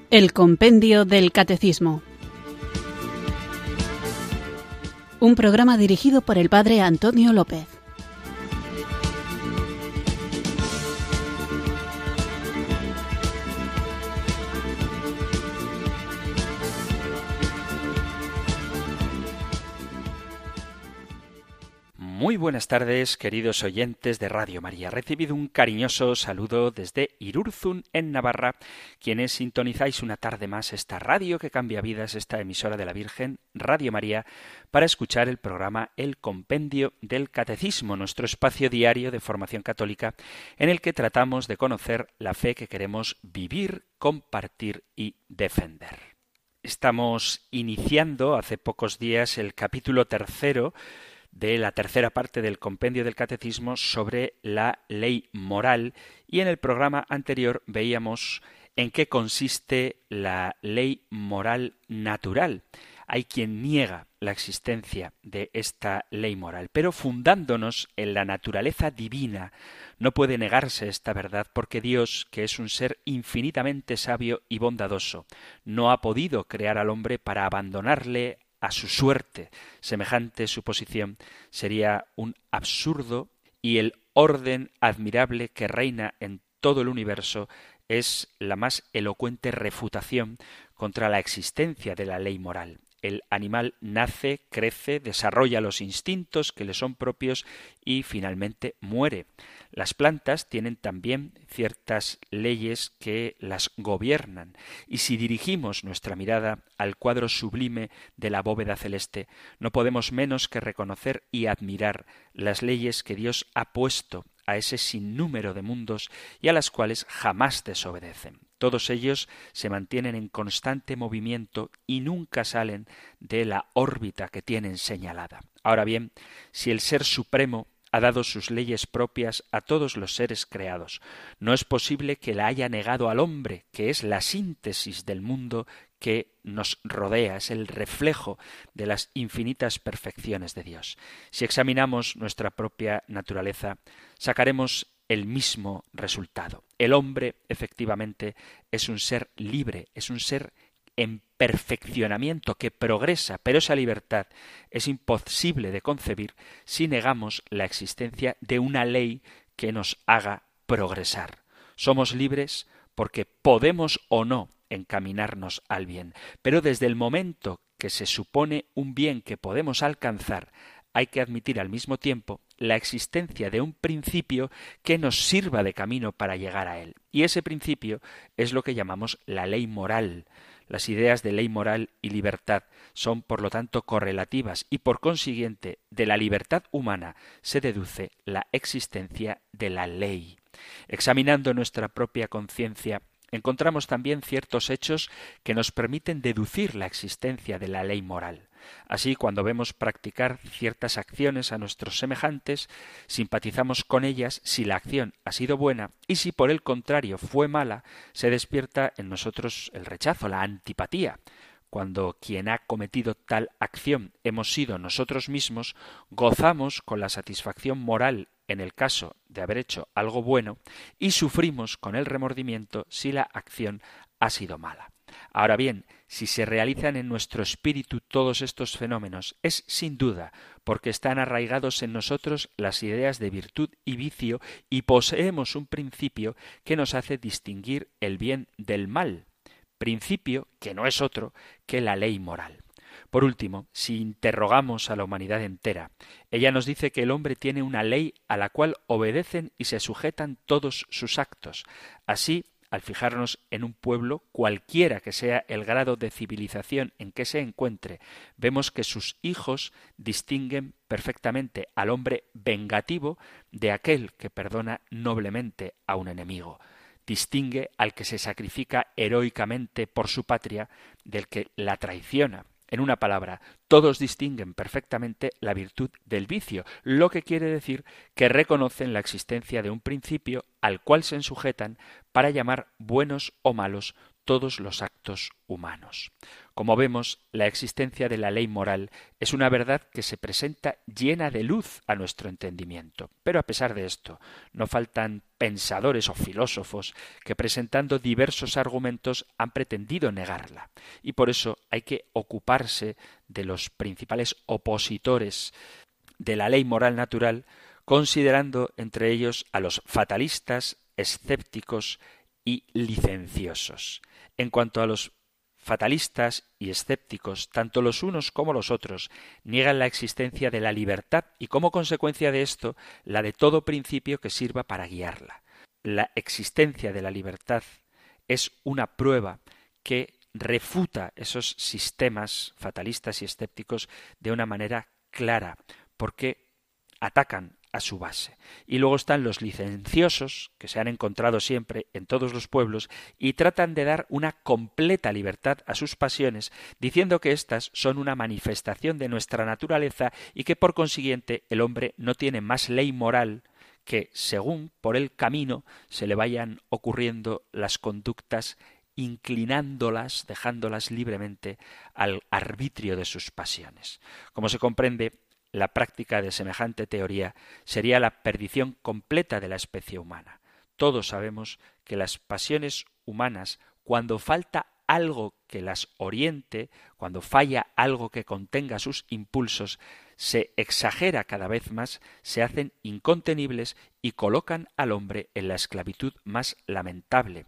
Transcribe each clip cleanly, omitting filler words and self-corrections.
El Compendio del Catecismo. Un programa dirigido por el Padre Antonio López. Muy buenas tardes, queridos oyentes de Radio María. Recibido un cariñoso saludo desde Irurzun, en Navarra, quienes sintonizáis una tarde más esta radio que cambia vidas, esta emisora de la Virgen, Radio María, para escuchar el programa El Compendio del Catecismo, nuestro espacio diario de formación católica, en el que tratamos de conocer la fe que queremos vivir, compartir y defender. Estamos iniciando hace pocos días el capítulo 3 de la tercera parte del Compendio del Catecismo sobre la ley moral, y en el programa anterior veíamos en qué consiste la ley moral natural. Hay quien niega la existencia de esta ley moral, pero fundándonos en la naturaleza divina no puede negarse esta verdad, porque Dios, que es un ser infinitamente sabio y bondadoso, no ha podido crear al hombre para abandonarle a su suerte. Semejante suposición sería un absurdo, y el orden admirable que reina en todo el universo es la más elocuente refutación contra la existencia de la ley moral. El animal nace, crece, desarrolla los instintos que le son propios y finalmente muere. Las plantas tienen también ciertas leyes que las gobiernan, y si dirigimos nuestra mirada al cuadro sublime de la bóveda celeste, no podemos menos que reconocer y admirar las leyes que Dios ha puesto a ese sinnúmero de mundos y a las cuales jamás desobedecen. Todos ellos se mantienen en constante movimiento y nunca salen de la órbita que tienen señalada. Ahora bien, si el Ser Supremo ha dado sus leyes propias a todos los seres creados, no es posible que la haya negado al hombre, que es la síntesis del mundo que nos rodea, es el reflejo de las infinitas perfecciones de Dios. Si examinamos nuestra propia naturaleza, sacaremos el mismo resultado. El hombre, efectivamente, es un ser libre, es un ser en perfeccionamiento que progresa, pero esa libertad es imposible de concebir si negamos la existencia de una ley que nos haga progresar. Somos libres porque podemos o no encaminarnos al bien, pero desde el momento que se supone un bien que podemos alcanzar, hay que admitir al mismo tiempo la existencia de un principio que nos sirva de camino para llegar a él. Y ese principio es lo que llamamos la ley moral. Las ideas de ley moral y libertad son, por lo tanto, correlativas, y por consiguiente, de la libertad humana se deduce la existencia de la ley. Examinando nuestra propia conciencia, encontramos también ciertos hechos que nos permiten deducir la existencia de la ley moral. Así, cuando vemos practicar ciertas acciones a nuestros semejantes, simpatizamos con ellas si la acción ha sido buena, y si por el contrario fue mala, se despierta en nosotros el rechazo, la antipatía. Cuando quien ha cometido tal acción hemos sido nosotros mismos, gozamos con la satisfacción moral en el caso de haber hecho algo bueno, y sufrimos con el remordimiento si la acción ha sido mala. Ahora bien, si se realizan en nuestro espíritu todos estos fenómenos, es sin duda porque están arraigados en nosotros las ideas de virtud y vicio, y poseemos un principio que nos hace distinguir el bien del mal, principio que no es otro que la ley moral. Por último, si interrogamos a la humanidad entera, ella nos dice que el hombre tiene una ley a la cual obedecen y se sujetan todos sus actos. Así, al fijarnos en un pueblo, cualquiera que sea el grado de civilización en que se encuentre, vemos que sus hijos distinguen perfectamente al hombre vengativo de aquel que perdona noblemente a un enemigo. Distingue al que se sacrifica heroicamente por su patria del que la traiciona. En una palabra, todos distinguen perfectamente la virtud del vicio, lo que quiere decir que reconocen la existencia de un principio al cual se sujetan para llamar buenos o malos todos los actos humanos. Como vemos, la existencia de la ley moral es una verdad que se presenta llena de luz a nuestro entendimiento. Pero a pesar de esto, no faltan pensadores o filósofos que presentando diversos argumentos han pretendido negarla. Y por eso hay que ocuparse de los principales opositores de la ley moral natural, considerando entre ellos a los fatalistas, escépticos y licenciosos. En cuanto a los fatalistas y escépticos, tanto los unos como los otros, niegan la existencia de la libertad y como consecuencia de esto, la de todo principio que sirva para guiarla. La existencia de la libertad es una prueba que refuta esos sistemas fatalistas y escépticos de una manera clara, porque atacan a su base. Y luego están los licenciosos, que se han encontrado siempre en todos los pueblos, y tratan de dar una completa libertad a sus pasiones, diciendo que éstas son una manifestación de nuestra naturaleza y que por consiguiente el hombre no tiene más ley moral que, según por el camino se le vayan ocurriendo las conductas, inclinándolas, dejándolas libremente al arbitrio de sus pasiones. Como se comprende, la práctica de semejante teoría sería la perdición completa de la especie humana. Todos sabemos que las pasiones humanas, cuando falta algo que las oriente, cuando falla algo que contenga sus impulsos, se exagera cada vez más, se hacen incontenibles y colocan al hombre en la esclavitud más lamentable.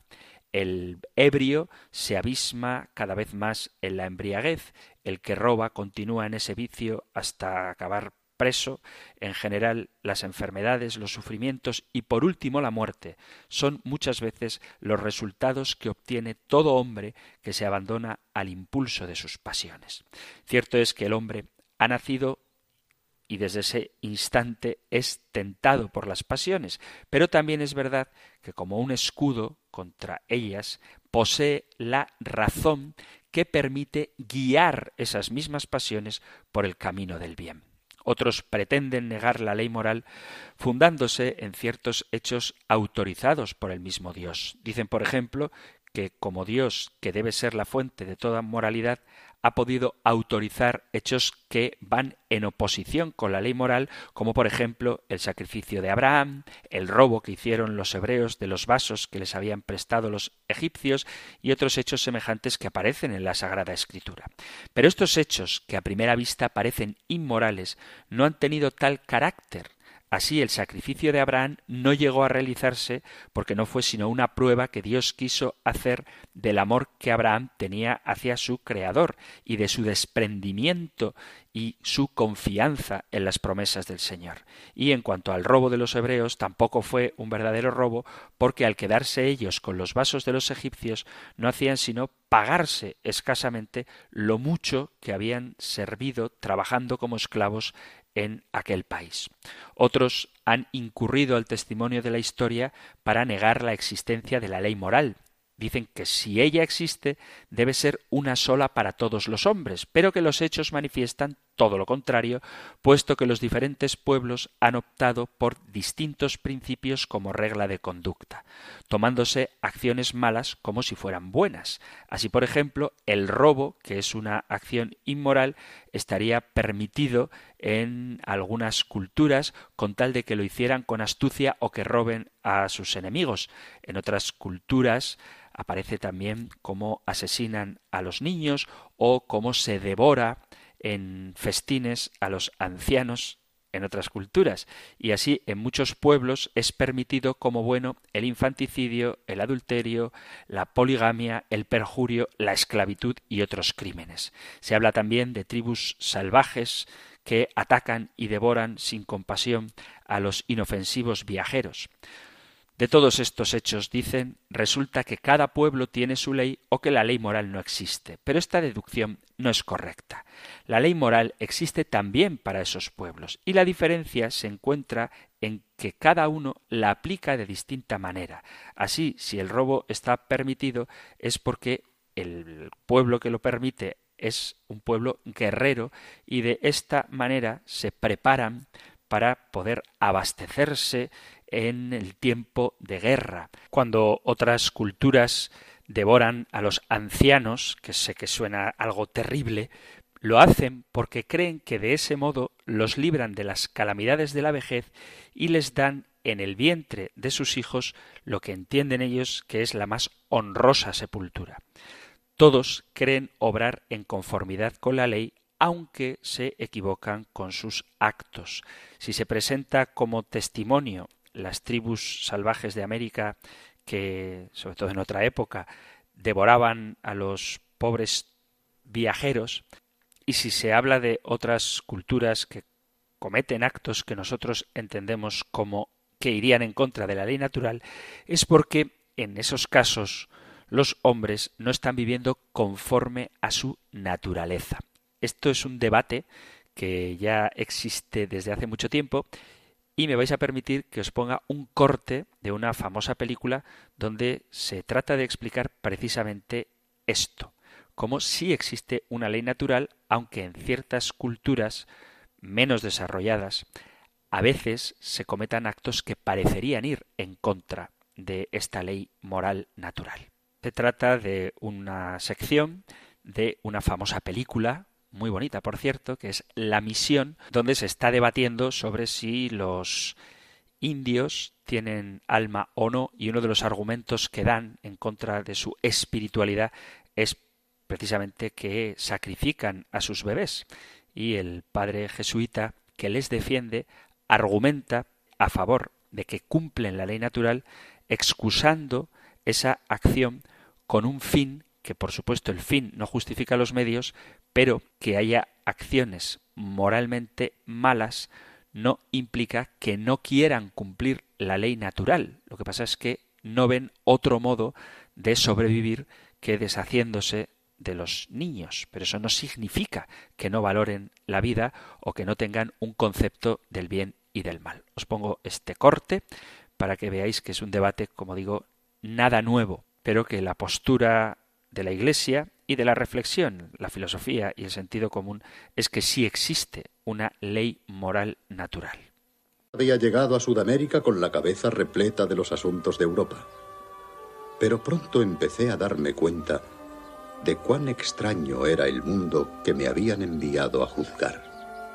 El ebrio se abisma cada vez más en la embriaguez, el que roba continúa en ese vicio hasta acabar preso. En general, las enfermedades, los sufrimientos y por último la muerte son muchas veces los resultados que obtiene todo hombre que se abandona al impulso de sus pasiones. Cierto es que el hombre ha nacido y desde ese instante es tentado por las pasiones, pero también es verdad que como un escudo contra ellas posee la razón que permite guiar esas mismas pasiones por el camino del bien. Otros pretenden negar la ley moral fundándose en ciertos hechos autorizados por el mismo Dios. Dicen, por ejemplo, que como Dios, que debe ser la fuente de toda moralidad, ha podido autorizar hechos que van en oposición con la ley moral, como por ejemplo el sacrificio de Abraham, el robo que hicieron los hebreos de los vasos que les habían prestado los egipcios y otros hechos semejantes que aparecen en la Sagrada Escritura. Pero estos hechos, que a primera vista parecen inmorales, no han tenido tal carácter. Así el sacrificio de Abraham no llegó a realizarse porque no fue sino una prueba que Dios quiso hacer del amor que Abraham tenía hacia su Creador y de su desprendimiento y su confianza en las promesas del Señor. Y en cuanto al robo de los hebreos, tampoco fue un verdadero robo porque al quedarse ellos con los vasos de los egipcios no hacían sino pagarse escasamente lo mucho que habían servido trabajando como esclavos en aquel país. Otros han incurrido al testimonio de la historia para negar la existencia de la ley moral. Dicen que si ella existe, debe ser una sola para todos los hombres, pero que los hechos manifiestan todo lo contrario, puesto que los diferentes pueblos han optado por distintos principios como regla de conducta, tomándose acciones malas como si fueran buenas. Así, por ejemplo, el robo, que es una acción inmoral, estaría permitido en algunas culturas con tal de que lo hicieran con astucia o que roben a sus enemigos. En otras culturas aparece también cómo asesinan a los niños o cómo se devora en festines a los ancianos en otras culturas. Y así en muchos pueblos es permitido como bueno el infanticidio, el adulterio, la poligamia, el perjurio, la esclavitud y otros crímenes. Se habla también de tribus salvajes que atacan y devoran sin compasión a los inofensivos viajeros. De todos estos hechos, dicen, resulta que cada pueblo tiene su ley o que la ley moral no existe. Pero esta deducción no es correcta. La ley moral existe también para esos pueblos y la diferencia se encuentra en que cada uno la aplica de distinta manera. Así, si el robo está permitido es porque el pueblo que lo permite es un pueblo guerrero y de esta manera se preparan para poder abastecerse en el tiempo de guerra. Cuando otras culturas devoran a los ancianos, que sé que suena algo terrible, lo hacen porque creen que de ese modo los libran de las calamidades de la vejez y les dan en el vientre de sus hijos lo que entienden ellos que es la más honrosa sepultura. Todos creen obrar en conformidad con la ley, aunque se equivocan con sus actos. Si se presenta como testimonio las tribus salvajes de América que, sobre todo en otra época, devoraban a los pobres viajeros, y si se habla de otras culturas que cometen actos que nosotros entendemos como que irían en contra de la ley natural, es porque en esos casos los hombres no están viviendo conforme a su naturaleza. Esto es un debate que ya existe desde hace mucho tiempo y me vais a permitir que os ponga un corte de una famosa película donde se trata de explicar precisamente esto, como sí existe una ley natural, aunque en ciertas culturas menos desarrolladas a veces se cometan actos que parecerían ir en contra de esta ley moral natural. Se trata de una sección de una famosa película, muy bonita por cierto, que es La Misión, donde se está debatiendo sobre si los indios tienen alma o no, y uno de los argumentos que dan en contra de su espiritualidad es precisamente que sacrifican a sus bebés, y el padre jesuita que les defiende argumenta a favor de que cumplen la ley natural, excusando esa acción con un fin, que por supuesto el fin no justifica los medios, pero que haya acciones moralmente malas no implica que no quieran cumplir la ley natural. Lo que pasa es que no ven otro modo de sobrevivir que deshaciéndose de los niños, pero eso no significa que no valoren la vida o que no tengan un concepto del bien y del mal. Os pongo este corte para que veáis que es un debate, como digo, nada nuevo, pero que la postura de la Iglesia y de la reflexión, la filosofía y el sentido común es que sí existe una ley moral natural. Había llegado a Sudamérica con la cabeza repleta de los asuntos de Europa, pero pronto empecé a darme cuenta de cuán extraño era el mundo que me habían enviado a juzgar.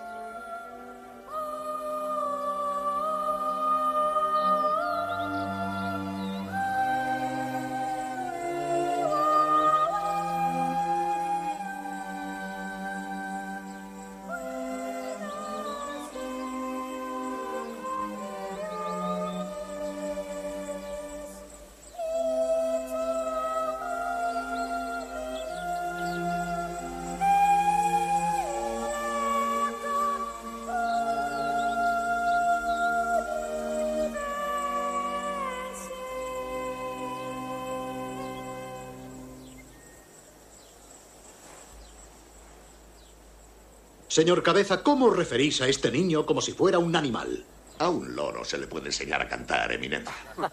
Señor Cabeza, ¿cómo referís a este niño como si fuera un animal? A un loro se le puede enseñar a cantar, Eminencia.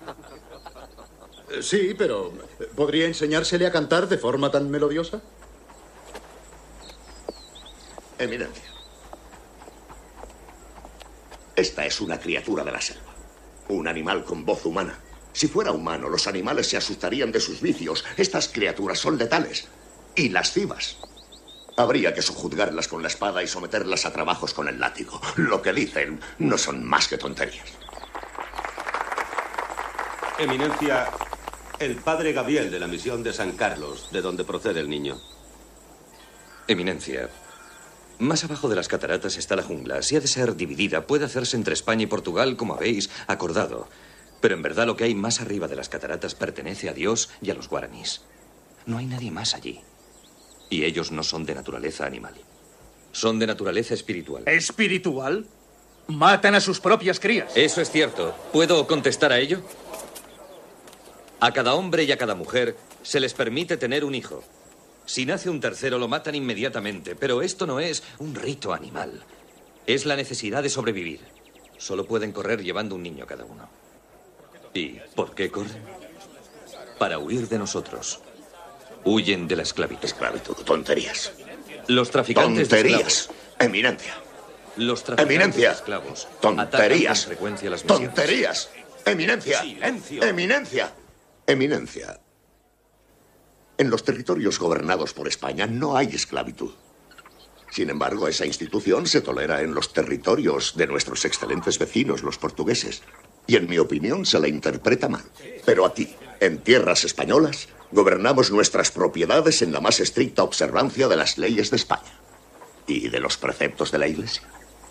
Sí, pero ¿podría enseñársele a cantar de forma tan melodiosa? Eminencia. Esta es una criatura de la selva. Un animal con voz humana. Si fuera humano, los animales se asustarían de sus vicios. Estas criaturas son letales y lascivas. Habría que sojuzgarlas con la espada y someterlas a trabajos con el látigo. Lo que dicen no son más que tonterías. Eminencia, el padre Gabriel de la misión de San Carlos, de donde procede el niño. Eminencia, más abajo de las cataratas está la jungla. Si ha de ser dividida, puede hacerse entre España y Portugal, como habéis acordado. Pero en verdad lo que hay más arriba de las cataratas pertenece a Dios y a los guaraníes. No hay nadie más allí. Y ellos no son de naturaleza animal. Son de naturaleza espiritual. ¿Espiritual? Matan a sus propias crías. Eso es cierto. ¿Puedo contestar a ello? A cada hombre y a cada mujer se les permite tener un hijo. Si nace un tercero, lo matan inmediatamente. Pero esto no es un rito animal. Es la necesidad de sobrevivir. Solo pueden correr llevando un niño cada uno. ¿Y por qué corren? Para huir de nosotros. Huyen de la esclavitud. Esclavitud, tonterías. Los traficantes tonterías. de esclavos. Eminencia. Los traficantes Eminencia. de esclavos. Tonterías. Atacan con frecuencia las misiones. Tonterías. Eminencia. Silencio. Eminencia. Eminencia. En los territorios gobernados por España no hay esclavitud. Sin embargo, esa institución se tolera en los territorios de nuestros excelentes vecinos, los portugueses. Y en mi opinión se la interpreta mal. Pero aquí, en tierras españolas, gobernamos nuestras propiedades en la más estricta observancia de las leyes de España y de los preceptos de la Iglesia.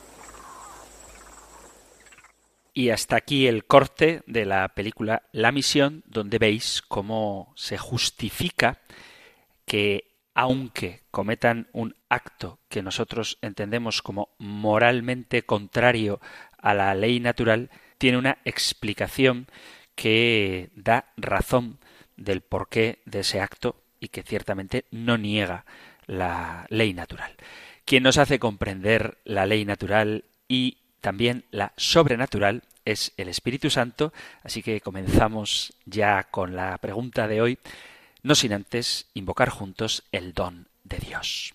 Y hasta aquí el corte de la película La Misión, donde veis cómo se justifica que, aunque cometan un acto que nosotros entendemos como moralmente contrario a la ley natural, tiene una explicación que da razón del porqué de ese acto y que ciertamente no niega la ley natural. Quien nos hace comprender la ley natural y también la sobrenatural es el Espíritu Santo, así que comenzamos ya con la pregunta de hoy, no sin antes invocar juntos el don de Dios.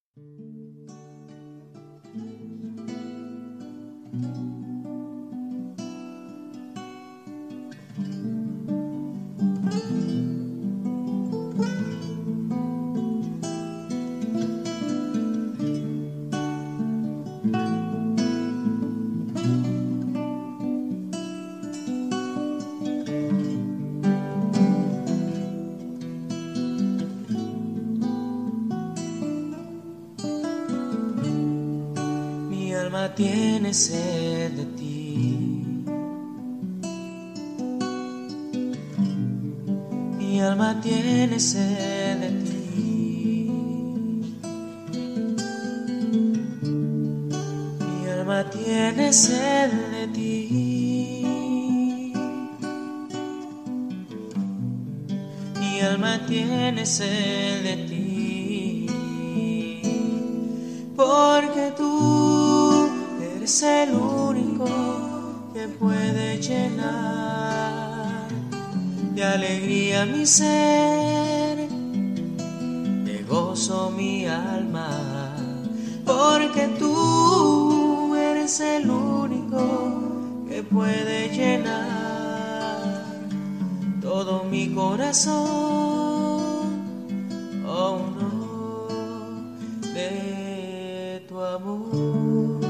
Tiene sed de ti, mi alma tiene sed de ti, mi alma tiene sed de ti, mi alma tiene sed de ti, porque tú es el único que puede llenar de alegría mi ser, de gozo mi alma, porque tú eres el único que puede llenar todo mi corazón, oh no, de tu amor.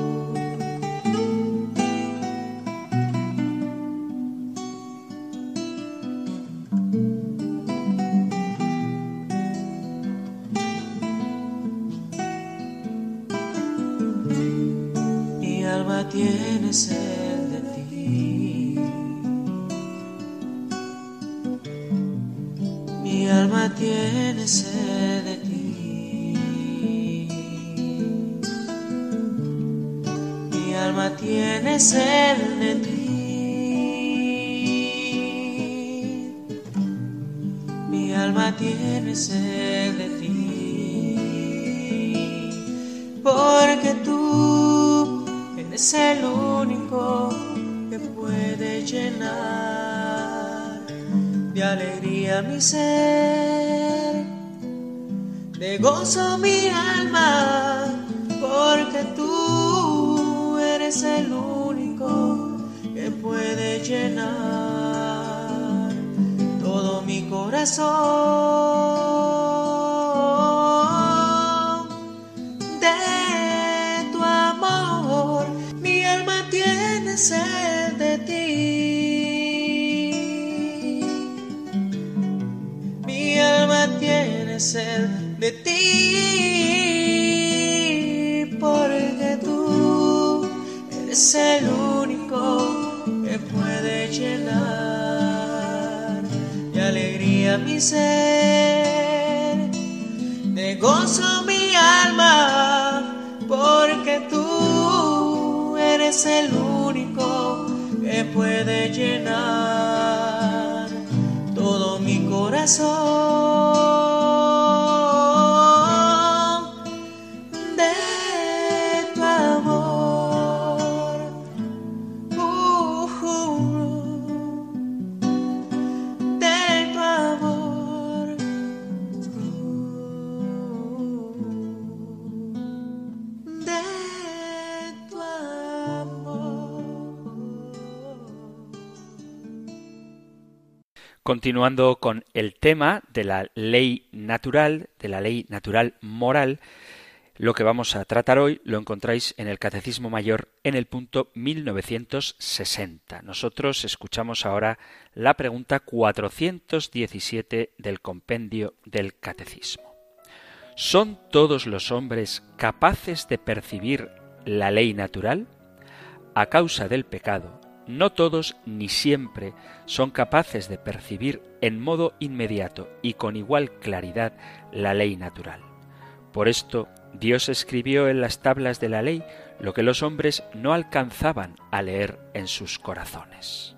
Tiene sed de ti, mi alma tiene sed de ti, mi alma tiene sed de ti, mi alma tiene sed de ti, porque tú es el único que puede llenar de alegría mi ser, de gozo mi alma, porque tú eres el único que puede llenar todo mi corazón. Sed de ti, mi alma tiene sed de ti, porque tú eres el único que puede llenar de alegría mi ser, de gozo mi alma, porque tú eres el único que puede llenar todo mi corazón de tu amor, de tu amor, de tu amor. Continuando con el tema de la ley natural moral, lo que vamos a tratar hoy lo encontráis en el Catecismo Mayor en el punto 1960. Nosotros escuchamos ahora la pregunta 417 del compendio del Catecismo. ¿Son todos los hombres capaces de percibir la ley natural? A causa del pecado, no todos ni siempre son capaces de percibir en modo inmediato y con igual claridad la ley natural. Por esto, Dios escribió en las tablas de la ley lo que los hombres no alcanzaban a leer en sus corazones.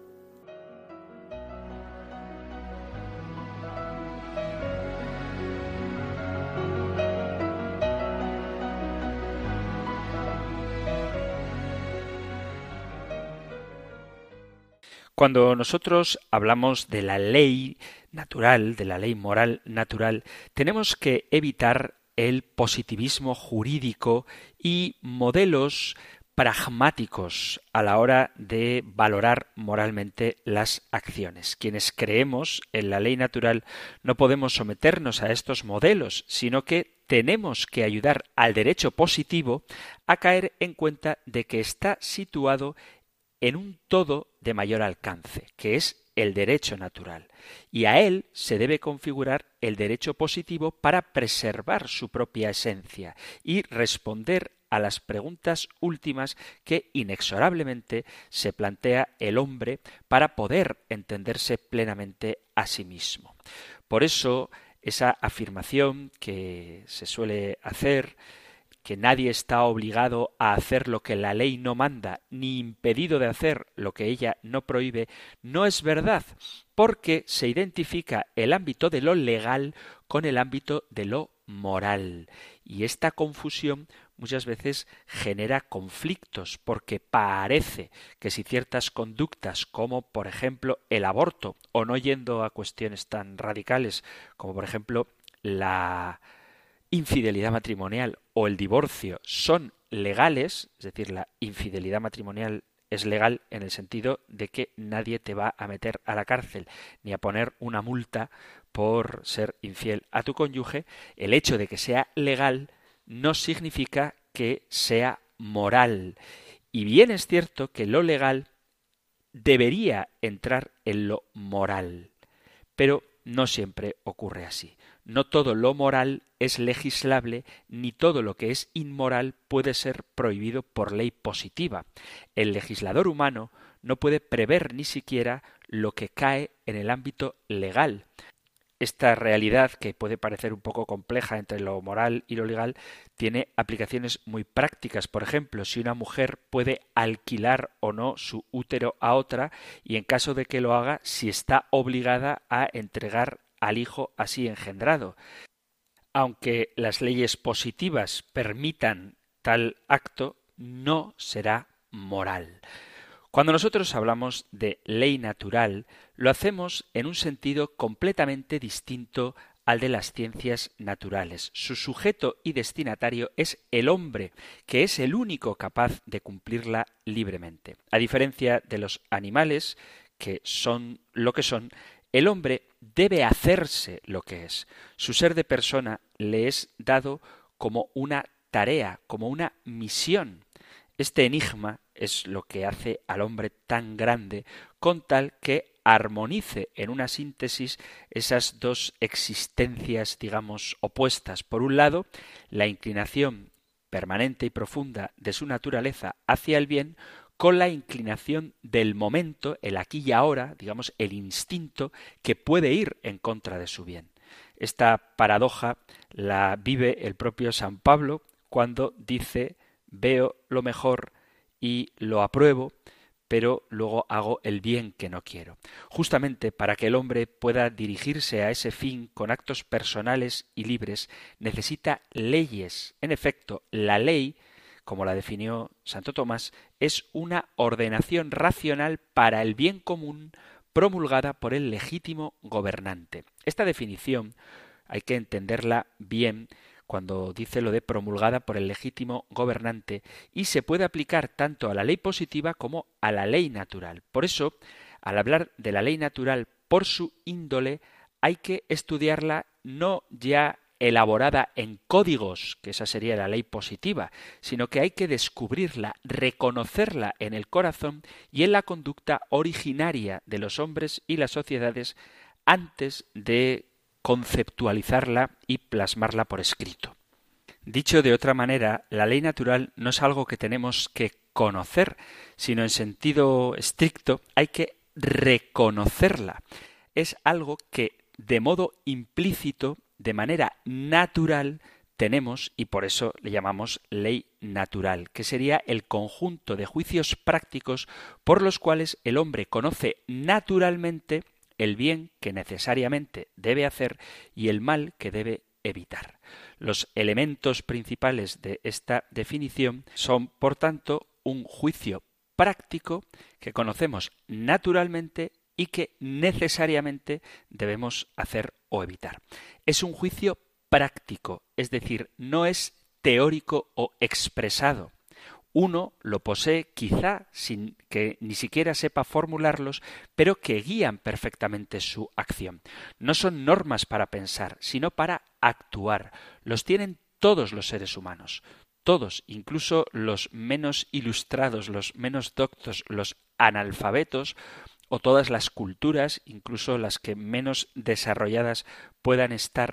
Cuando nosotros hablamos de la ley natural, de la ley moral natural, tenemos que evitar el positivismo jurídico y modelos pragmáticos a la hora de valorar moralmente las acciones. Quienes creemos en la ley natural no podemos someternos a estos modelos, sino que tenemos que ayudar al derecho positivo a caer en cuenta de que está situado en un todo de mayor alcance, que es el derecho natural, y a él se debe configurar el derecho positivo para preservar su propia esencia y responder a las preguntas últimas que inexorablemente se plantea el hombre para poder entenderse plenamente a sí mismo. Por eso, esa afirmación que se suele hacer, que nadie está obligado a hacer lo que la ley no manda, ni impedido de hacer lo que ella no prohíbe, no es verdad, porque se identifica el ámbito de lo legal con el ámbito de lo moral. Y esta confusión muchas veces genera conflictos, porque parece que si ciertas conductas, como por ejemplo el aborto, o no yendo a cuestiones tan radicales como por ejemplo la infidelidad matrimonial o el divorcio, son legales, es decir, la infidelidad matrimonial es legal en el sentido de que nadie te va a meter a la cárcel ni a poner una multa por ser infiel a tu cónyuge, el hecho de que sea legal no significa que sea moral. Y bien es cierto que lo legal debería entrar en lo moral, pero no siempre ocurre así. No todo lo moral es legislable, ni todo lo que es inmoral puede ser prohibido por ley positiva. El legislador humano no puede prever ni siquiera lo que cae en el ámbito legal. Esta realidad, que puede parecer un poco compleja entre lo moral y lo legal, tiene aplicaciones muy prácticas. Por ejemplo, si una mujer puede alquilar o no su útero a otra, y en caso de que lo haga, si está obligada a entregar al hijo así engendrado. Aunque las leyes positivas permitan tal acto, no será moral. Cuando nosotros hablamos de ley natural, lo hacemos en un sentido completamente distinto al de las ciencias naturales. Su sujeto y destinatario es el hombre, que es el único capaz de cumplirla libremente. A diferencia de los animales, que son lo que son, el hombre debe hacerse lo que es. Su ser de persona le es dado como una tarea, como una misión. Este enigma es lo que hace al hombre tan grande, con tal que armonice en una síntesis esas dos existencias, digamos, opuestas. Por un lado, la inclinación permanente y profunda de su naturaleza hacia el bien, con la inclinación del momento, el aquí y ahora, digamos, el instinto que puede ir en contra de su bien. Esta paradoja la vive el propio San Pablo cuando dice: veo lo mejor y lo apruebo, pero luego hago el bien que no quiero. Justamente para que el hombre pueda dirigirse a ese fin con actos personales y libres, necesita leyes. En efecto, la ley, como la definió Santo Tomás, es una ordenación racional para el bien común promulgada por el legítimo gobernante. Esta definición hay que entenderla bien cuando dice lo de promulgada por el legítimo gobernante, y se puede aplicar tanto a la ley positiva como a la ley natural. Por eso, al hablar de la ley natural por su índole hay que estudiarla no ya elaborada en códigos, que esa sería la ley positiva, sino que hay que descubrirla, reconocerla en el corazón y en la conducta originaria de los hombres y las sociedades antes de conceptualizarla y plasmarla por escrito. Dicho de otra manera, la ley natural no es algo que tenemos que conocer, sino en sentido estricto hay que reconocerla. Es algo que de modo implícito, de manera natural, tenemos y por eso le llamamos ley natural, que sería el conjunto de juicios prácticos por los cuales el hombre conoce naturalmente el bien que necesariamente debe hacer y el mal que debe evitar. Los elementos principales de esta definición son, por tanto, un juicio práctico que conocemos naturalmente y que necesariamente debemos hacer o evitar. Es un juicio práctico, es decir, no es teórico o expresado. Uno lo posee quizá sin que ni siquiera sepa formularlos, pero que guían perfectamente su acción. No son normas para pensar, sino para actuar. Los tienen todos los seres humanos. Todos, incluso los menos ilustrados, los menos doctos, los analfabetos, o todas las culturas, incluso las que menos desarrolladas puedan estar,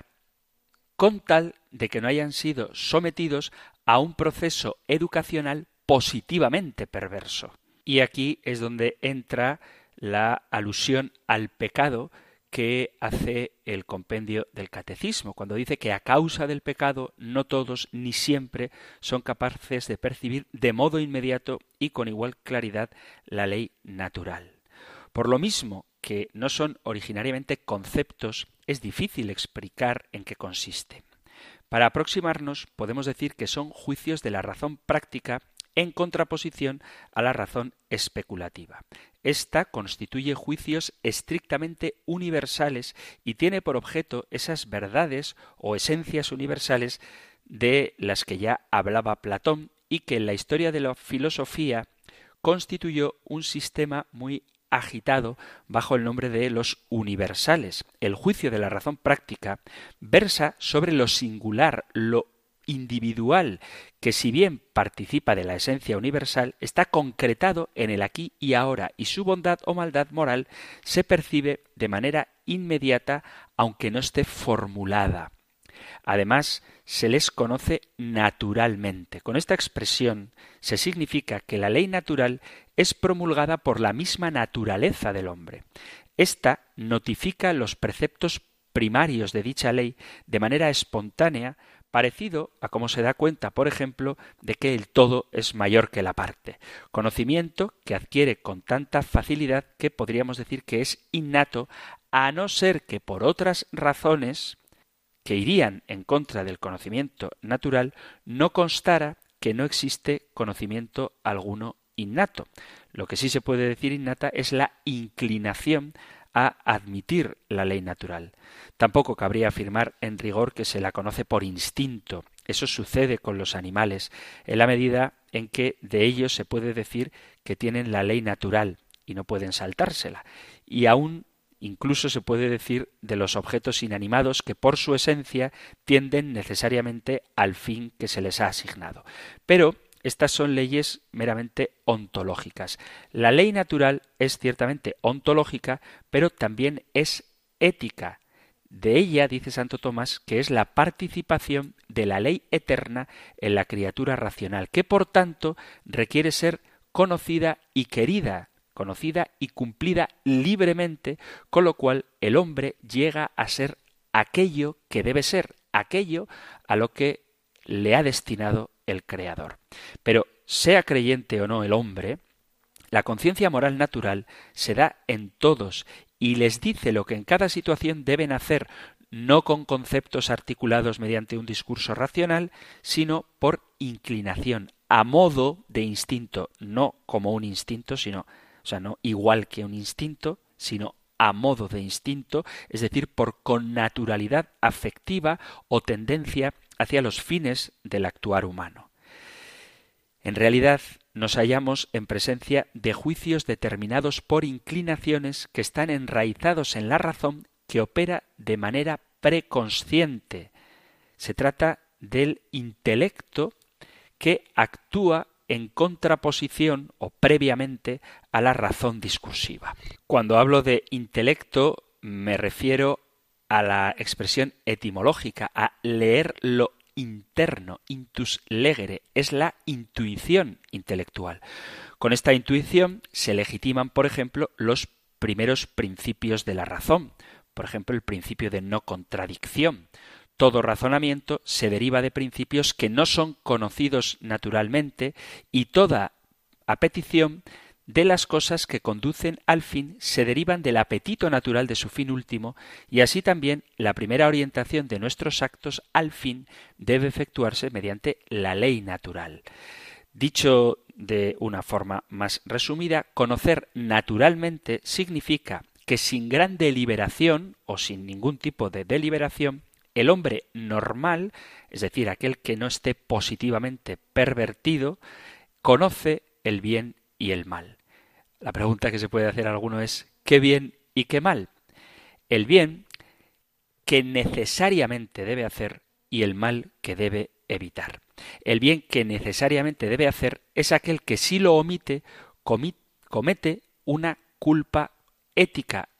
con tal de que no hayan sido sometidos a un proceso educacional positivamente perverso. Y aquí es donde entra la alusión al pecado que hace el compendio del Catecismo, cuando dice que a causa del pecado no todos ni siempre son capaces de percibir de modo inmediato y con igual claridad la ley natural. Por lo mismo que no son originariamente conceptos, es difícil explicar en qué consiste. Para aproximarnos, podemos decir que son juicios de la razón práctica en contraposición a la razón especulativa. Esta constituye juicios estrictamente universales y tiene por objeto esas verdades o esencias universales de las que ya hablaba Platón y que en la historia de la filosofía constituyó un sistema muy agitado bajo el nombre de los universales. El juicio de la razón práctica versa sobre lo singular, lo individual, que si bien participa de la esencia universal, está concretado en el aquí y ahora, y su bondad o maldad moral se percibe de manera inmediata, aunque no esté formulada. Además, se les conoce naturalmente. Con esta expresión se significa que la ley natural es promulgada por la misma naturaleza del hombre. Esta notifica los preceptos primarios de dicha ley de manera espontánea, parecido a cómo se da cuenta, por ejemplo, de que el todo es mayor que la parte. Conocimiento que adquiere con tanta facilidad que podríamos decir que es innato, a no ser que por otras razones que irían en contra del conocimiento natural, no constara que no existe conocimiento alguno innato. Lo que sí se puede decir innata es la inclinación a admitir la ley natural. Tampoco cabría afirmar en rigor que se la conoce por instinto. Eso sucede con los animales, en la medida en que de ellos se puede decir que tienen la ley natural y no pueden saltársela. Y aún incluso se puede decir de los objetos inanimados que por su esencia tienden necesariamente al fin que se les ha asignado. Pero estas son leyes meramente ontológicas. La ley natural es ciertamente ontológica, pero también es ética. De ella dice Santo Tomás que es la participación de la ley eterna en la criatura racional, que por tanto requiere ser conocida y querida, conocida y cumplida libremente, con lo cual el hombre llega a ser aquello que debe ser, aquello a lo que le ha destinado el Creador. Pero sea creyente o no el hombre, la conciencia moral natural se da en todos y les dice lo que en cada situación deben hacer, no con conceptos articulados mediante un discurso racional, sino por inclinación, a modo de instinto, no como un instinto, sino, no igual que un instinto, sino a modo de instinto, es decir, por connaturalidad afectiva o tendencia hacia los fines del actuar humano. En realidad, nos hallamos en presencia de juicios determinados por inclinaciones que están enraizados en la razón, que opera de manera preconsciente. Se trata del intelecto que actúa en contraposición o previamente a la razón discursiva. Cuando hablo de intelecto me refiero a la expresión etimológica, a leer lo interno, intus legere, es la intuición intelectual. Con esta intuición se legitiman, por ejemplo, los primeros principios de la razón, por ejemplo, el principio de no contradicción. Todo razonamiento se deriva de principios que no son conocidos naturalmente y toda apetición de las cosas que conducen al fin se derivan del apetito natural de su fin último, y así también la primera orientación de nuestros actos al fin debe efectuarse mediante la ley natural. Dicho de una forma más resumida, conocer naturalmente significa que sin gran deliberación o sin ningún tipo de deliberación, el hombre normal, es decir, aquel que no esté positivamente pervertido, conoce el bien y el mal. La pregunta que se puede hacer a alguno es ¿qué bien y qué mal? El bien que necesariamente debe hacer y el mal que debe evitar. El bien que necesariamente debe hacer es aquel que si lo omite, comete una culpa ética,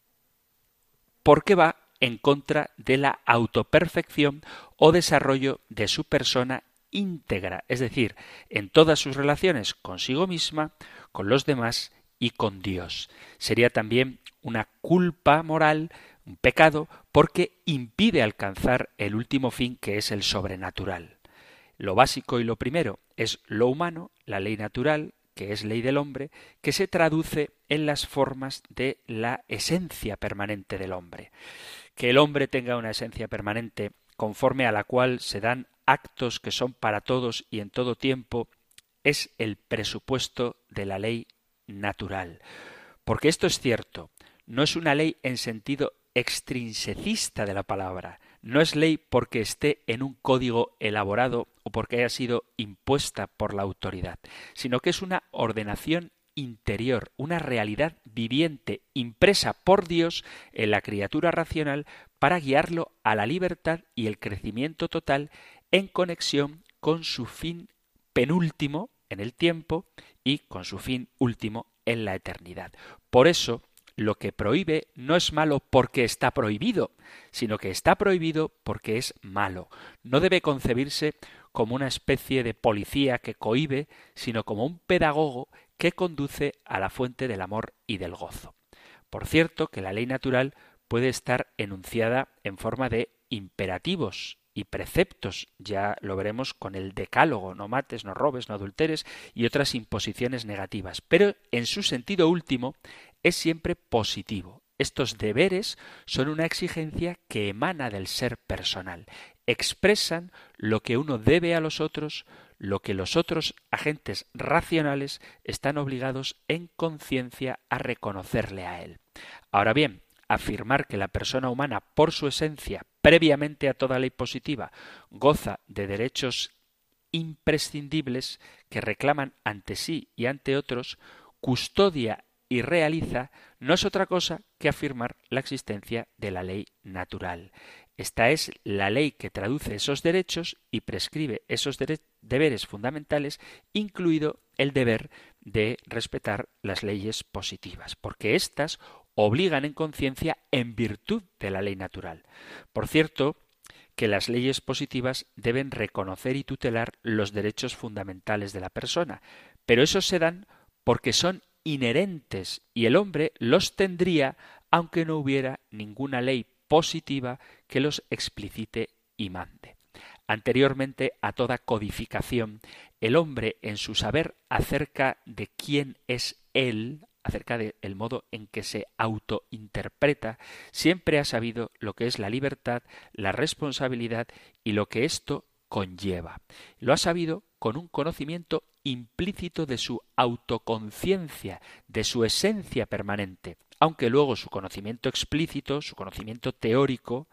porque va en contra de la autoperfección o desarrollo de su persona íntegra, es decir, en todas sus relaciones consigo misma, con los demás y con Dios. Sería también una culpa moral, un pecado, porque impide alcanzar el último fin, que es el sobrenatural. Lo básico y lo primero es lo humano, la ley natural, que es ley del hombre, que se traduce en las formas de la esencia permanente del hombre. Que el hombre tenga una esencia permanente conforme a la cual se dan actos que son para todos y en todo tiempo, es el presupuesto de la ley natural. Porque esto es cierto, no es una ley en sentido extrinsecista de la palabra, no es ley porque esté en un código elaborado o porque haya sido impuesta por la autoridad, sino que es una ordenación interior, una realidad viviente impresa por Dios en la criatura racional para guiarlo a la libertad y el crecimiento total en conexión con su fin penúltimo en el tiempo y con su fin último en la eternidad. Por eso, lo que prohíbe no es malo porque está prohibido, sino que está prohibido porque es malo. No debe concebirse como una especie de policía que cohíbe, sino como un pedagogo que conduce a la fuente del amor y del gozo. Por cierto, que la ley natural puede estar enunciada en forma de imperativos y preceptos, ya lo veremos con el decálogo, no mates, no robes, no adulteres y otras imposiciones negativas, pero en su sentido último es siempre positivo. Estos deberes son una exigencia que emana del ser personal, expresan lo que uno debe a los otros, lo que los otros agentes racionales están obligados en conciencia a reconocerle a él. Ahora bien, afirmar que la persona humana, por su esencia, previamente a toda ley positiva, goza de derechos imprescindibles que reclaman ante sí y ante otros, custodia y realiza, no es otra cosa que afirmar la existencia de la ley natural. Esta es la ley que traduce esos derechos y prescribe esos deberes fundamentales, incluido el deber de respetar las leyes positivas, porque éstas obligan en conciencia en virtud de la ley natural. Por cierto, que las leyes positivas deben reconocer y tutelar los derechos fundamentales de la persona, pero esos se dan porque son inherentes y el hombre los tendría aunque no hubiera ninguna ley positiva que los explicite y mande. Anteriormente a toda codificación, el hombre en su saber acerca de quién es él, acerca del modo en que se autointerpreta, siempre ha sabido lo que es la libertad, la responsabilidad y lo que esto conlleva. Lo ha sabido con un conocimiento implícito de su autoconciencia, de su esencia permanente, aunque luego su conocimiento explícito, su conocimiento teórico,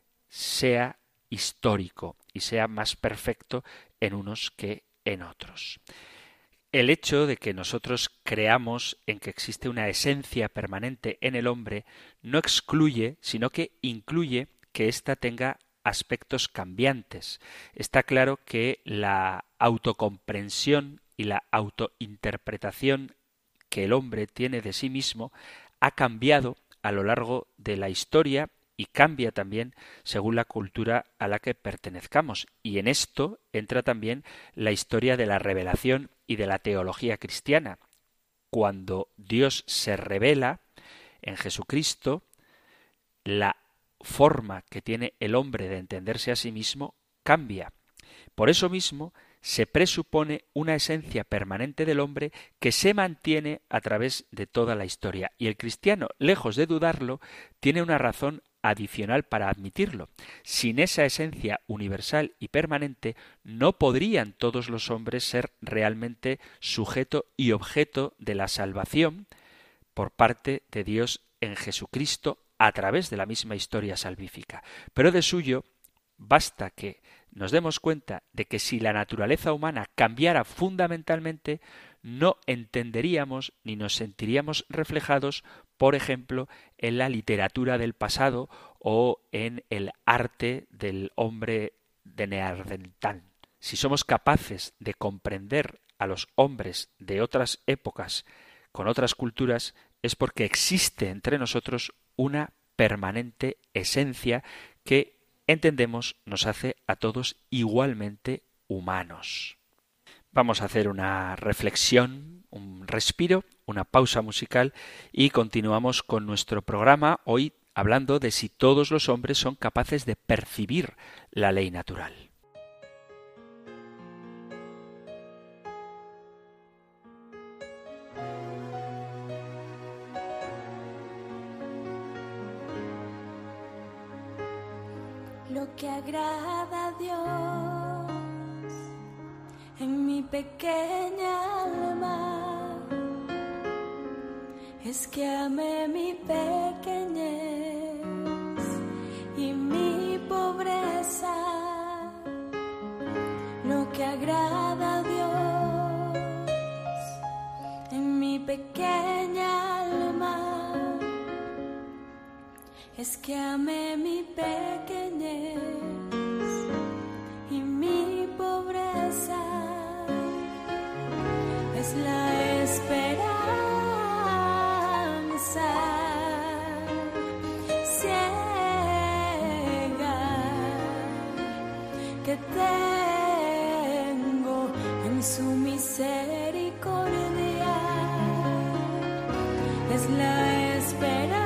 sea histórico y sea más perfecto en unos que en otros. El hecho de que nosotros creamos en que existe una esencia permanente en el hombre no excluye, sino que incluye que ésta tenga aspectos cambiantes. Está claro que la autocomprensión y la autointerpretación que el hombre tiene de sí mismo ha cambiado a lo largo de la historia y cambia también según la cultura a la que pertenezcamos. Y en esto entra también la historia de la revelación y de la teología cristiana. Cuando Dios se revela en Jesucristo, la forma que tiene el hombre de entenderse a sí mismo cambia. Por eso mismo se presupone una esencia permanente del hombre que se mantiene a través de toda la historia. Y el cristiano, lejos de dudarlo, tiene una razón adicional para admitirlo. Sin esa esencia universal y permanente, no podrían todos los hombres ser realmente sujeto y objeto de la salvación por parte de Dios en Jesucristo a través de la misma historia salvífica. Pero de suyo basta que nos demos cuenta de que si la naturaleza humana cambiara fundamentalmente, no entenderíamos ni nos sentiríamos reflejados, por ejemplo, en la literatura del pasado o en el arte del hombre de Neandertal. Si somos capaces de comprender a los hombres de otras épocas con otras culturas, es porque existe entre nosotros una permanente esencia que entendemos nos hace a todos igualmente humanos. Vamos a hacer una reflexión, un respiro, una pausa musical y continuamos con nuestro programa hoy hablando de si todos los hombres son capaces de percibir la ley natural. Lo que agrada a Dios en mi pequeña alma es que amé mi pequeñez y mi pobreza. Lo que agrada a Dios en mi pequeña alma es que amé mi pequeñez y mi pobreza. Es la esperanza ciega que tengo en su misericordia. Es la esperanza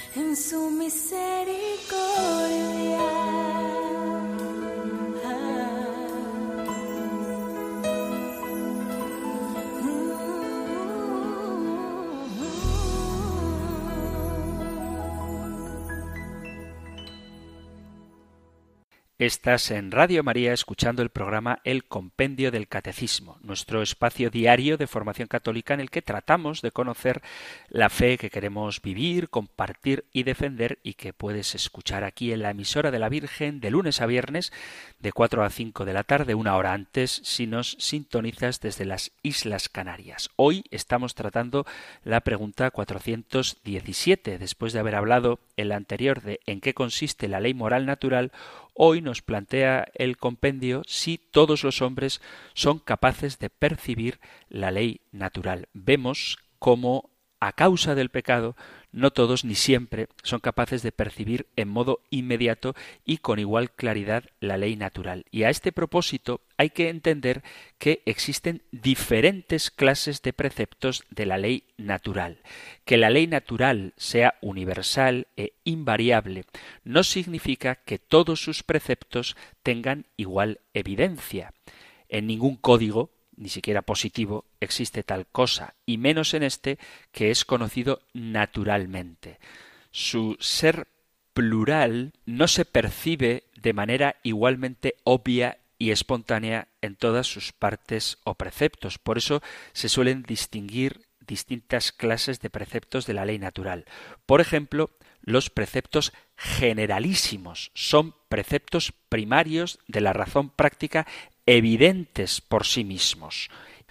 en su misericordia. Estás en Radio María escuchando el programa El Compendio del Catecismo, nuestro espacio diario de formación católica en el que tratamos de conocer la fe que queremos vivir, compartir y defender, y que puedes escuchar aquí en la emisora de la Virgen de lunes a viernes de 4 a 5 de la tarde, una hora antes si nos sintonizas desde las Islas Canarias. Hoy estamos tratando la pregunta 417, después de haber hablado en la anterior de en qué consiste la ley moral natural. Hoy nos plantea el compendio si todos los hombres son capaces de percibir la ley natural. Vemos cómo a causa del pecado no todos ni siempre son capaces de percibir en modo inmediato y con igual claridad la ley natural. Y a este propósito hay que entender que existen diferentes clases de preceptos de la ley natural. Que la ley natural sea universal e invariable no significa que todos sus preceptos tengan igual evidencia. En ningún código, ni siquiera positivo, existe tal cosa, y menos en este que es conocido naturalmente. Su ser plural no se percibe de manera igualmente obvia y espontánea en todas sus partes o preceptos. Por eso se suelen distinguir distintas clases de preceptos de la ley natural. Por ejemplo, los preceptos generalísimos son preceptos primarios de la razón práctica evidentes por sí mismos.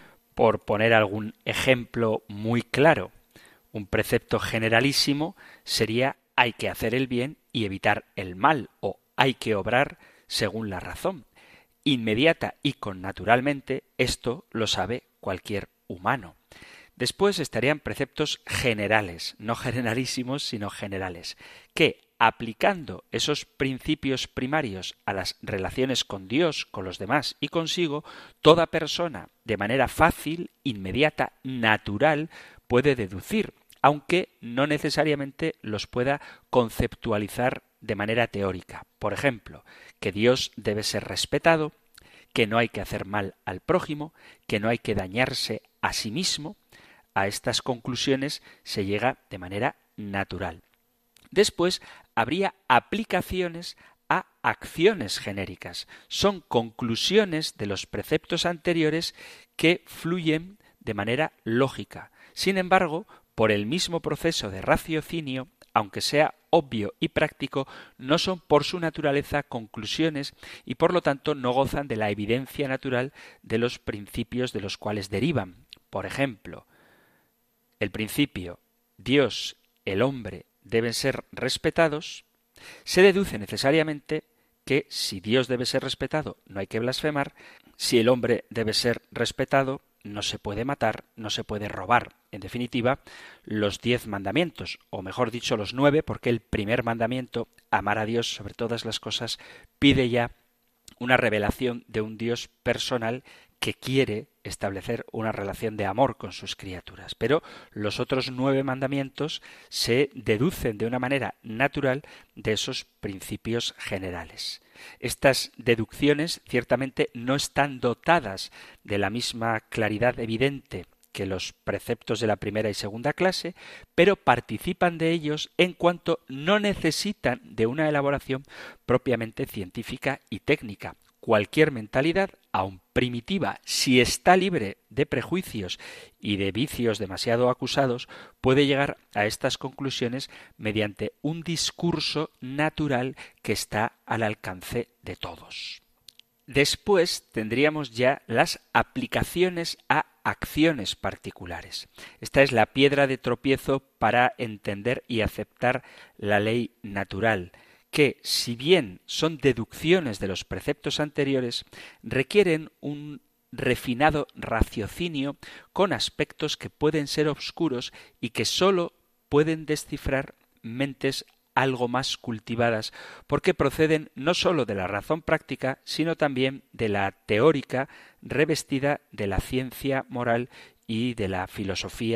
Por poner algún ejemplo muy claro, un precepto generalísimo sería hay que hacer el bien y evitar el mal, o hay que obrar según la razón. Inmediata y connaturalmente, esto lo sabe cualquier humano. Después estarían preceptos generales, no generalísimos, sino generales, que aplicando esos principios primarios a las relaciones con Dios, con los demás y consigo, toda persona, de manera fácil, inmediata, natural, puede deducir, aunque no necesariamente los pueda conceptualizar de manera teórica. Por ejemplo, que Dios debe ser respetado, que no hay que hacer mal al prójimo, que no hay que dañarse a sí mismo. A estas conclusiones se llega de manera natural. Después habría aplicaciones a acciones genéricas. Son conclusiones de los preceptos anteriores que fluyen de manera lógica. Sin embargo, por el mismo proceso de raciocinio, aunque sea obvio y práctico, no son por su naturaleza conclusiones y por lo tanto no gozan de la evidencia natural de los principios de los cuales derivan. Por ejemplo, el principio Dios, el hombre, deben ser respetados, se deduce necesariamente que si Dios debe ser respetado no hay que blasfemar, si el hombre debe ser respetado no se puede matar, no se puede robar. En definitiva, los 10 mandamientos, o mejor dicho los 9, porque el primer mandamiento, amar a Dios sobre todas las cosas, pide ya una revelación de un Dios personal que quiere establecer una relación de amor con sus criaturas. Pero los otros 9 mandamientos se deducen de una manera natural de esos principios generales. Estas deducciones ciertamente no están dotadas de la misma claridad evidente que los preceptos de la primera y segunda clase, pero participan de ellos en cuanto no necesitan de una elaboración propiamente científica y técnica. Cualquier mentalidad, aun primitiva, si está libre de prejuicios y de vicios demasiado acusados, puede llegar a estas conclusiones mediante un discurso natural que está al alcance de todos. Después tendríamos ya las aplicaciones a acciones particulares. Esta es la piedra de tropiezo para entender y aceptar la ley natural, que, si bien son deducciones de los preceptos anteriores, requieren un refinado raciocinio con aspectos que pueden ser obscuros y que sólo pueden descifrar mentes algo más cultivadas, porque proceden no sólo de la razón práctica, sino también de la teórica revestida de la ciencia moral y de la filosofía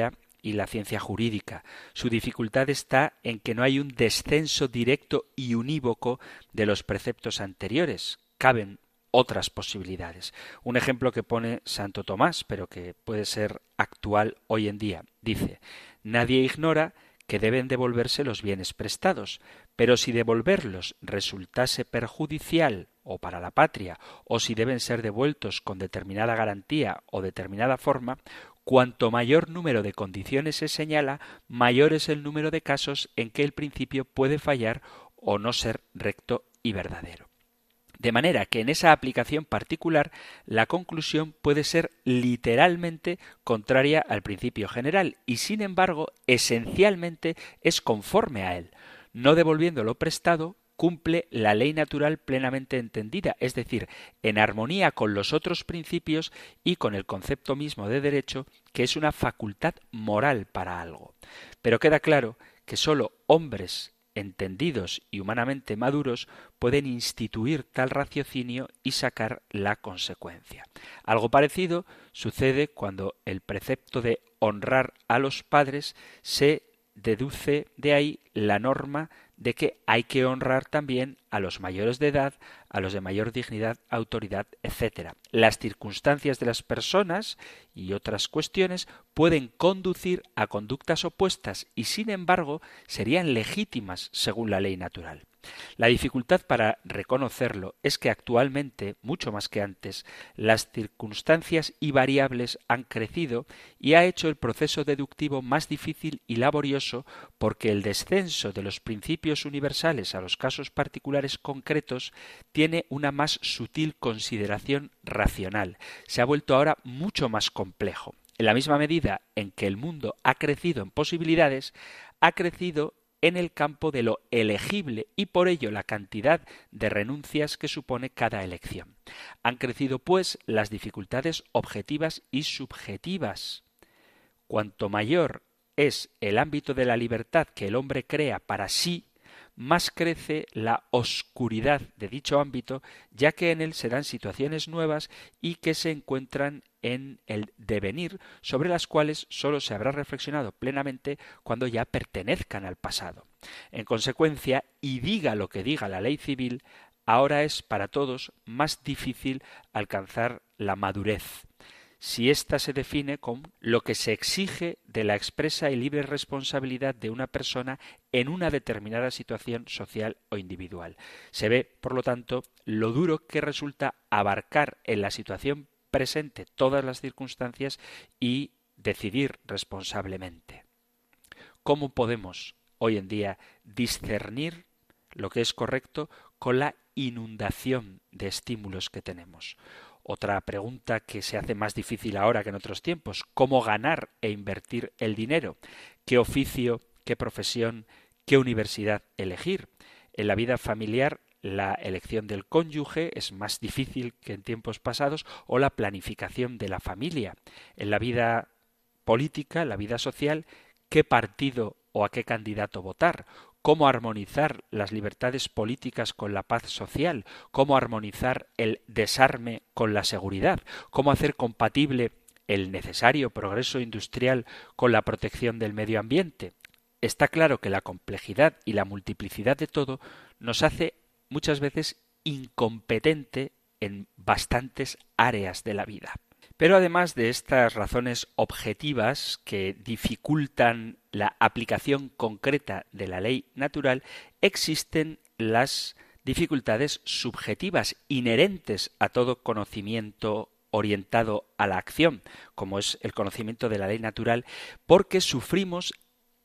y la ciencia jurídica. Su dificultad está en que no hay un descenso directo y unívoco de los preceptos anteriores. Caben otras posibilidades. Un ejemplo que pone Santo Tomás, pero que puede ser actual hoy en día. Dice: nadie ignora que deben devolverse los bienes prestados, pero si devolverlos resultase perjudicial o para la patria, o si deben ser devueltos con determinada garantía o determinada forma, cuanto mayor número de condiciones se señala, mayor es el número de casos en que el principio puede fallar o no ser recto y verdadero. De manera que en esa aplicación particular la conclusión puede ser literalmente contraria al principio general y, sin embargo, esencialmente es conforme a él. No devolviendo lo prestado, cumple la ley natural plenamente entendida, es decir, en armonía con los otros principios y con el concepto mismo de derecho, que es una facultad moral para algo. Pero queda claro que sólo hombres entendidos y humanamente maduros pueden instituir tal raciocinio y sacar la consecuencia. Algo parecido sucede cuando el precepto de honrar a los padres se deduce de ahí la norma de que hay que honrar también a los mayores de edad, a los de mayor dignidad, autoridad, etc. Las circunstancias de las personas y otras cuestiones pueden conducir a conductas opuestas y, sin embargo, serían legítimas según la ley natural. La dificultad para reconocerlo es que actualmente, mucho más que antes, las circunstancias y variables han crecido y ha hecho el proceso deductivo más difícil y laborioso porque el descenso de los principios universales a los casos particulares concretos tiene una más sutil consideración racional. Se ha vuelto ahora mucho más complejo. En la misma medida en que el mundo ha crecido en posibilidades, ha crecido en el campo de lo elegible y por ello la cantidad de renuncias que supone cada elección. Han crecido, pues, las dificultades objetivas y subjetivas. Cuanto mayor es el ámbito de la libertad que el hombre crea para sí, más crece la oscuridad de dicho ámbito, ya que en él se dan situaciones nuevas y que se encuentran en el devenir, sobre las cuales sólo se habrá reflexionado plenamente cuando ya pertenezcan al pasado. En consecuencia, y diga lo que diga la ley civil, ahora es para todos más difícil alcanzar la madurez, si ésta se define con lo que se exige de la expresa y libre responsabilidad de una persona en una determinada situación social o individual. Se ve, por lo tanto, lo duro que resulta abarcar en la situación presente todas las circunstancias y decidir responsablemente. ¿Cómo podemos hoy en día discernir lo que es correcto con la inundación de estímulos que tenemos? Otra pregunta que se hace más difícil ahora que en otros tiempos: ¿cómo ganar e invertir el dinero? ¿Qué oficio, qué profesión, qué universidad elegir? En la vida familiar, la elección del cónyuge es más difícil que en tiempos pasados, o la planificación de la familia. En la vida política, en la vida social, ¿qué partido o a qué candidato votar? ¿Cómo armonizar las libertades políticas con la paz social? ¿Cómo armonizar el desarme con la seguridad? ¿Cómo hacer compatible el necesario progreso industrial con la protección del medio ambiente? Está claro que la complejidad y la multiplicidad de todo nos hace muchas veces incompetente en bastantes áreas de la vida. Pero además de estas razones objetivas que dificultan la aplicación concreta de la ley natural, existen las dificultades subjetivas inherentes a todo conocimiento orientado a la acción, como es el conocimiento de la ley natural, porque sufrimos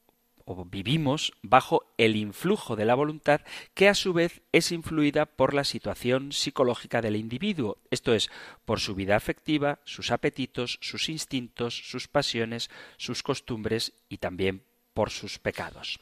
o vivimos bajo el influjo de la voluntad, que a su vez es influida por la situación psicológica del individuo, esto es, por su vida afectiva, sus apetitos, sus instintos, sus pasiones, sus costumbres y también por sus pecados.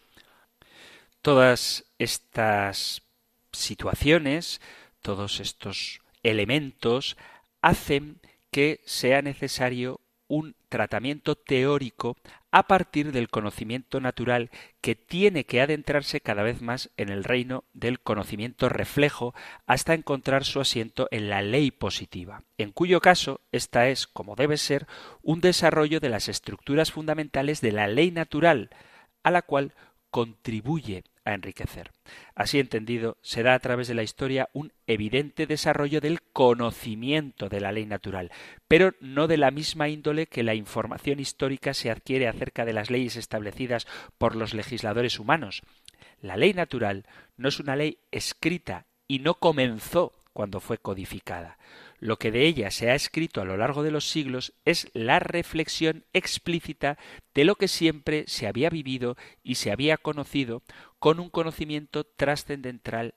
Todas estas situaciones, todos estos elementos hacen que sea necesario un tratamiento teórico a partir del conocimiento natural que tiene que adentrarse cada vez más en el reino del conocimiento reflejo hasta encontrar su asiento en la ley positiva, en cuyo caso esta es, como debe ser, un desarrollo de las estructuras fundamentales de la ley natural, a la cual contribuye a enriquecer. Así entendido, se da a través de la historia un evidente desarrollo del conocimiento de la ley natural, pero no de la misma índole que la información histórica se adquiere acerca de las leyes establecidas por los legisladores humanos. La ley natural no es una ley escrita y no comenzó cuando fue codificada. Lo que de ella se ha escrito a lo largo de los siglos es la reflexión explícita de lo que siempre se había vivido y se había conocido con un conocimiento trascendental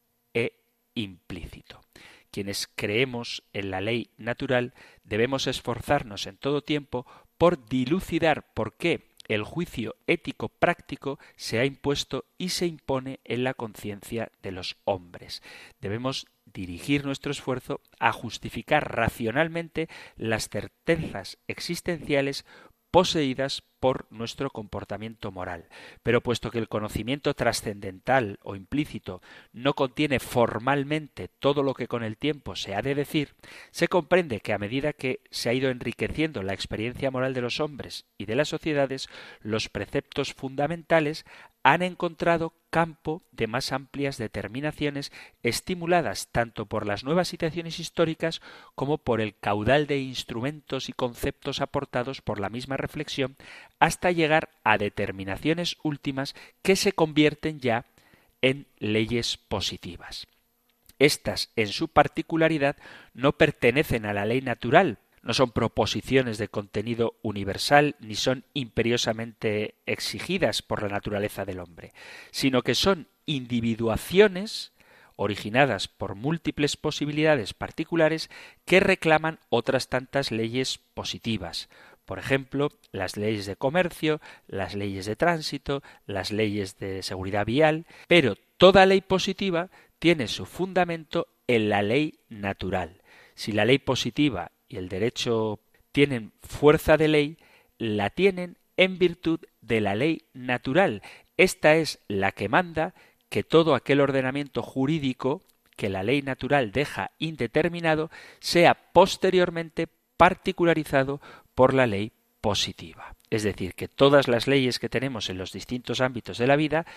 e implícito. Quienes creemos en la ley natural debemos esforzarnos en todo tiempo por dilucidar por qué el juicio ético práctico se ha impuesto y se impone en la conciencia de los hombres. Debemos dirigir nuestro esfuerzo a justificar racionalmente las certezas existenciales poseídas por nuestro comportamiento moral. Pero puesto que el conocimiento trascendental o implícito no contiene formalmente todo lo que con el tiempo se ha de decir, se comprende que a medida que se ha ido enriqueciendo la experiencia moral de los hombres y de las sociedades, los preceptos fundamentales han encontrado campo de más amplias determinaciones estimuladas tanto por las nuevas situaciones históricas como por el caudal de instrumentos y conceptos aportados por la misma reflexión hasta llegar a determinaciones últimas que se convierten ya en leyes positivas. Estas, en su particularidad, no pertenecen a la ley natural, no son proposiciones de contenido universal ni son imperiosamente exigidas por la naturaleza del hombre, sino que son individuaciones originadas por múltiples posibilidades particulares que reclaman otras tantas leyes positivas. Por ejemplo, las leyes de comercio, las leyes de tránsito, las leyes de seguridad vial, pero toda ley positiva tiene su fundamento en la ley natural. Si la ley positiva y el derecho tienen fuerza de ley, la tienen en virtud de la ley natural. Esta es la que manda que todo aquel ordenamiento jurídico que la ley natural deja indeterminado sea posteriormente particularizado por la ley positiva. Es decir, que todas las leyes que tenemos en los distintos ámbitos de la vida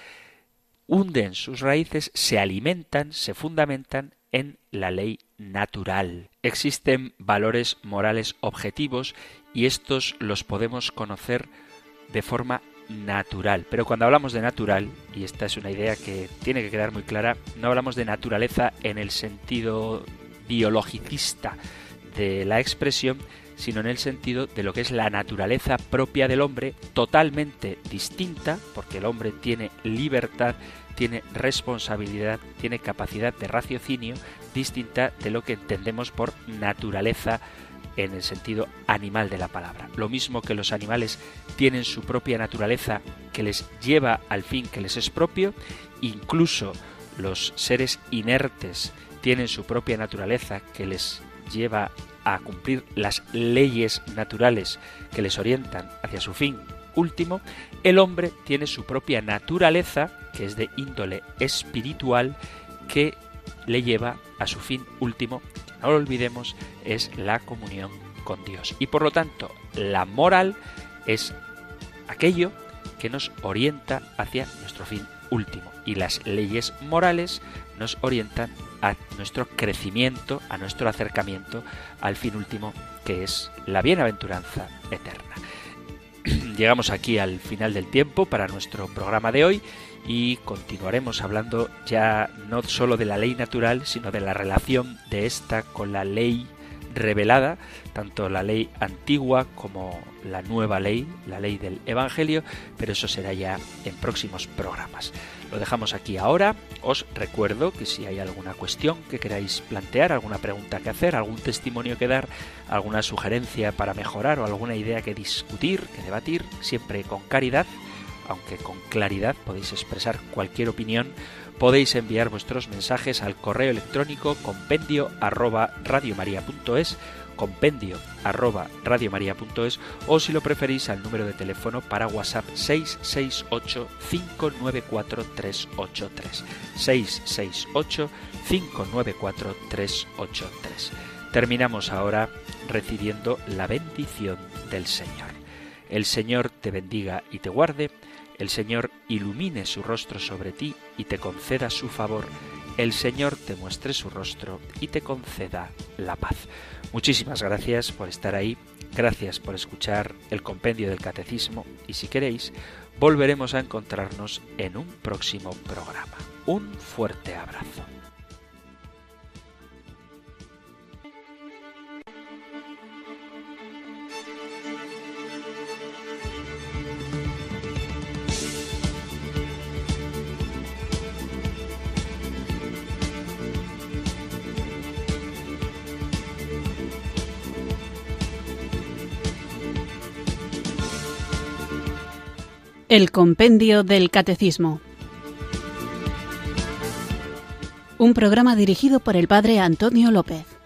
hunden sus raíces, se alimentan, se fundamentan en la ley natural. Existen valores morales objetivos y estos los podemos conocer de forma natural. Pero cuando hablamos de natural, y esta es una idea que tiene que quedar muy clara, no hablamos de naturaleza en el sentido biologicista de la expresión, sino en el sentido de lo que es la naturaleza propia del hombre, totalmente distinta, porque el hombre tiene libertad, tiene responsabilidad, tiene capacidad de raciocinio, distinta de lo que entendemos por naturaleza en el sentido animal de la palabra. Lo mismo que los animales tienen su propia naturaleza que les lleva al fin que les es propio, incluso los seres inertes tienen su propia naturaleza que les lleva a cumplir las leyes naturales que les orientan hacia su fin último, el hombre tiene su propia naturaleza, que es de índole espiritual, que le lleva a su fin último, no lo olvidemos, es la comunión con Dios. Y por lo tanto, la moral es aquello que nos orienta hacia nuestro fin último. Y las leyes morales nos orientan a nuestro crecimiento, a nuestro acercamiento al fin último, que es la bienaventuranza eterna. Llegamos aquí al final del tiempo para nuestro programa de hoy y continuaremos hablando ya no solo de la ley natural, sino de la relación de esta con la ley revelada, tanto la ley antigua como la nueva ley, la ley del Evangelio, pero eso será ya en próximos programas. Lo dejamos aquí ahora. Os recuerdo que si hay alguna cuestión que queráis plantear, alguna pregunta que hacer, algún testimonio que dar, alguna sugerencia para mejorar o alguna idea que discutir, que debatir, siempre con caridad, aunque con claridad podéis expresar cualquier opinión, podéis enviar vuestros mensajes al correo electrónico compendio@radiomaria.es, compendio@radiomaria.es, o si lo preferís al número de teléfono para WhatsApp 668-594-383. 668-594-383. Terminamos ahora recibiendo la bendición del Señor. El Señor te bendiga y te guarde, el Señor ilumine su rostro sobre ti y te conceda su favor, el Señor te muestre su rostro y te conceda la paz. Muchísimas gracias por estar ahí, gracias por escuchar el compendio del Catecismo, y si queréis, volveremos a encontrarnos en un próximo programa. Un fuerte abrazo. El compendio del Catecismo. Un programa dirigido por el Padre Antonio López.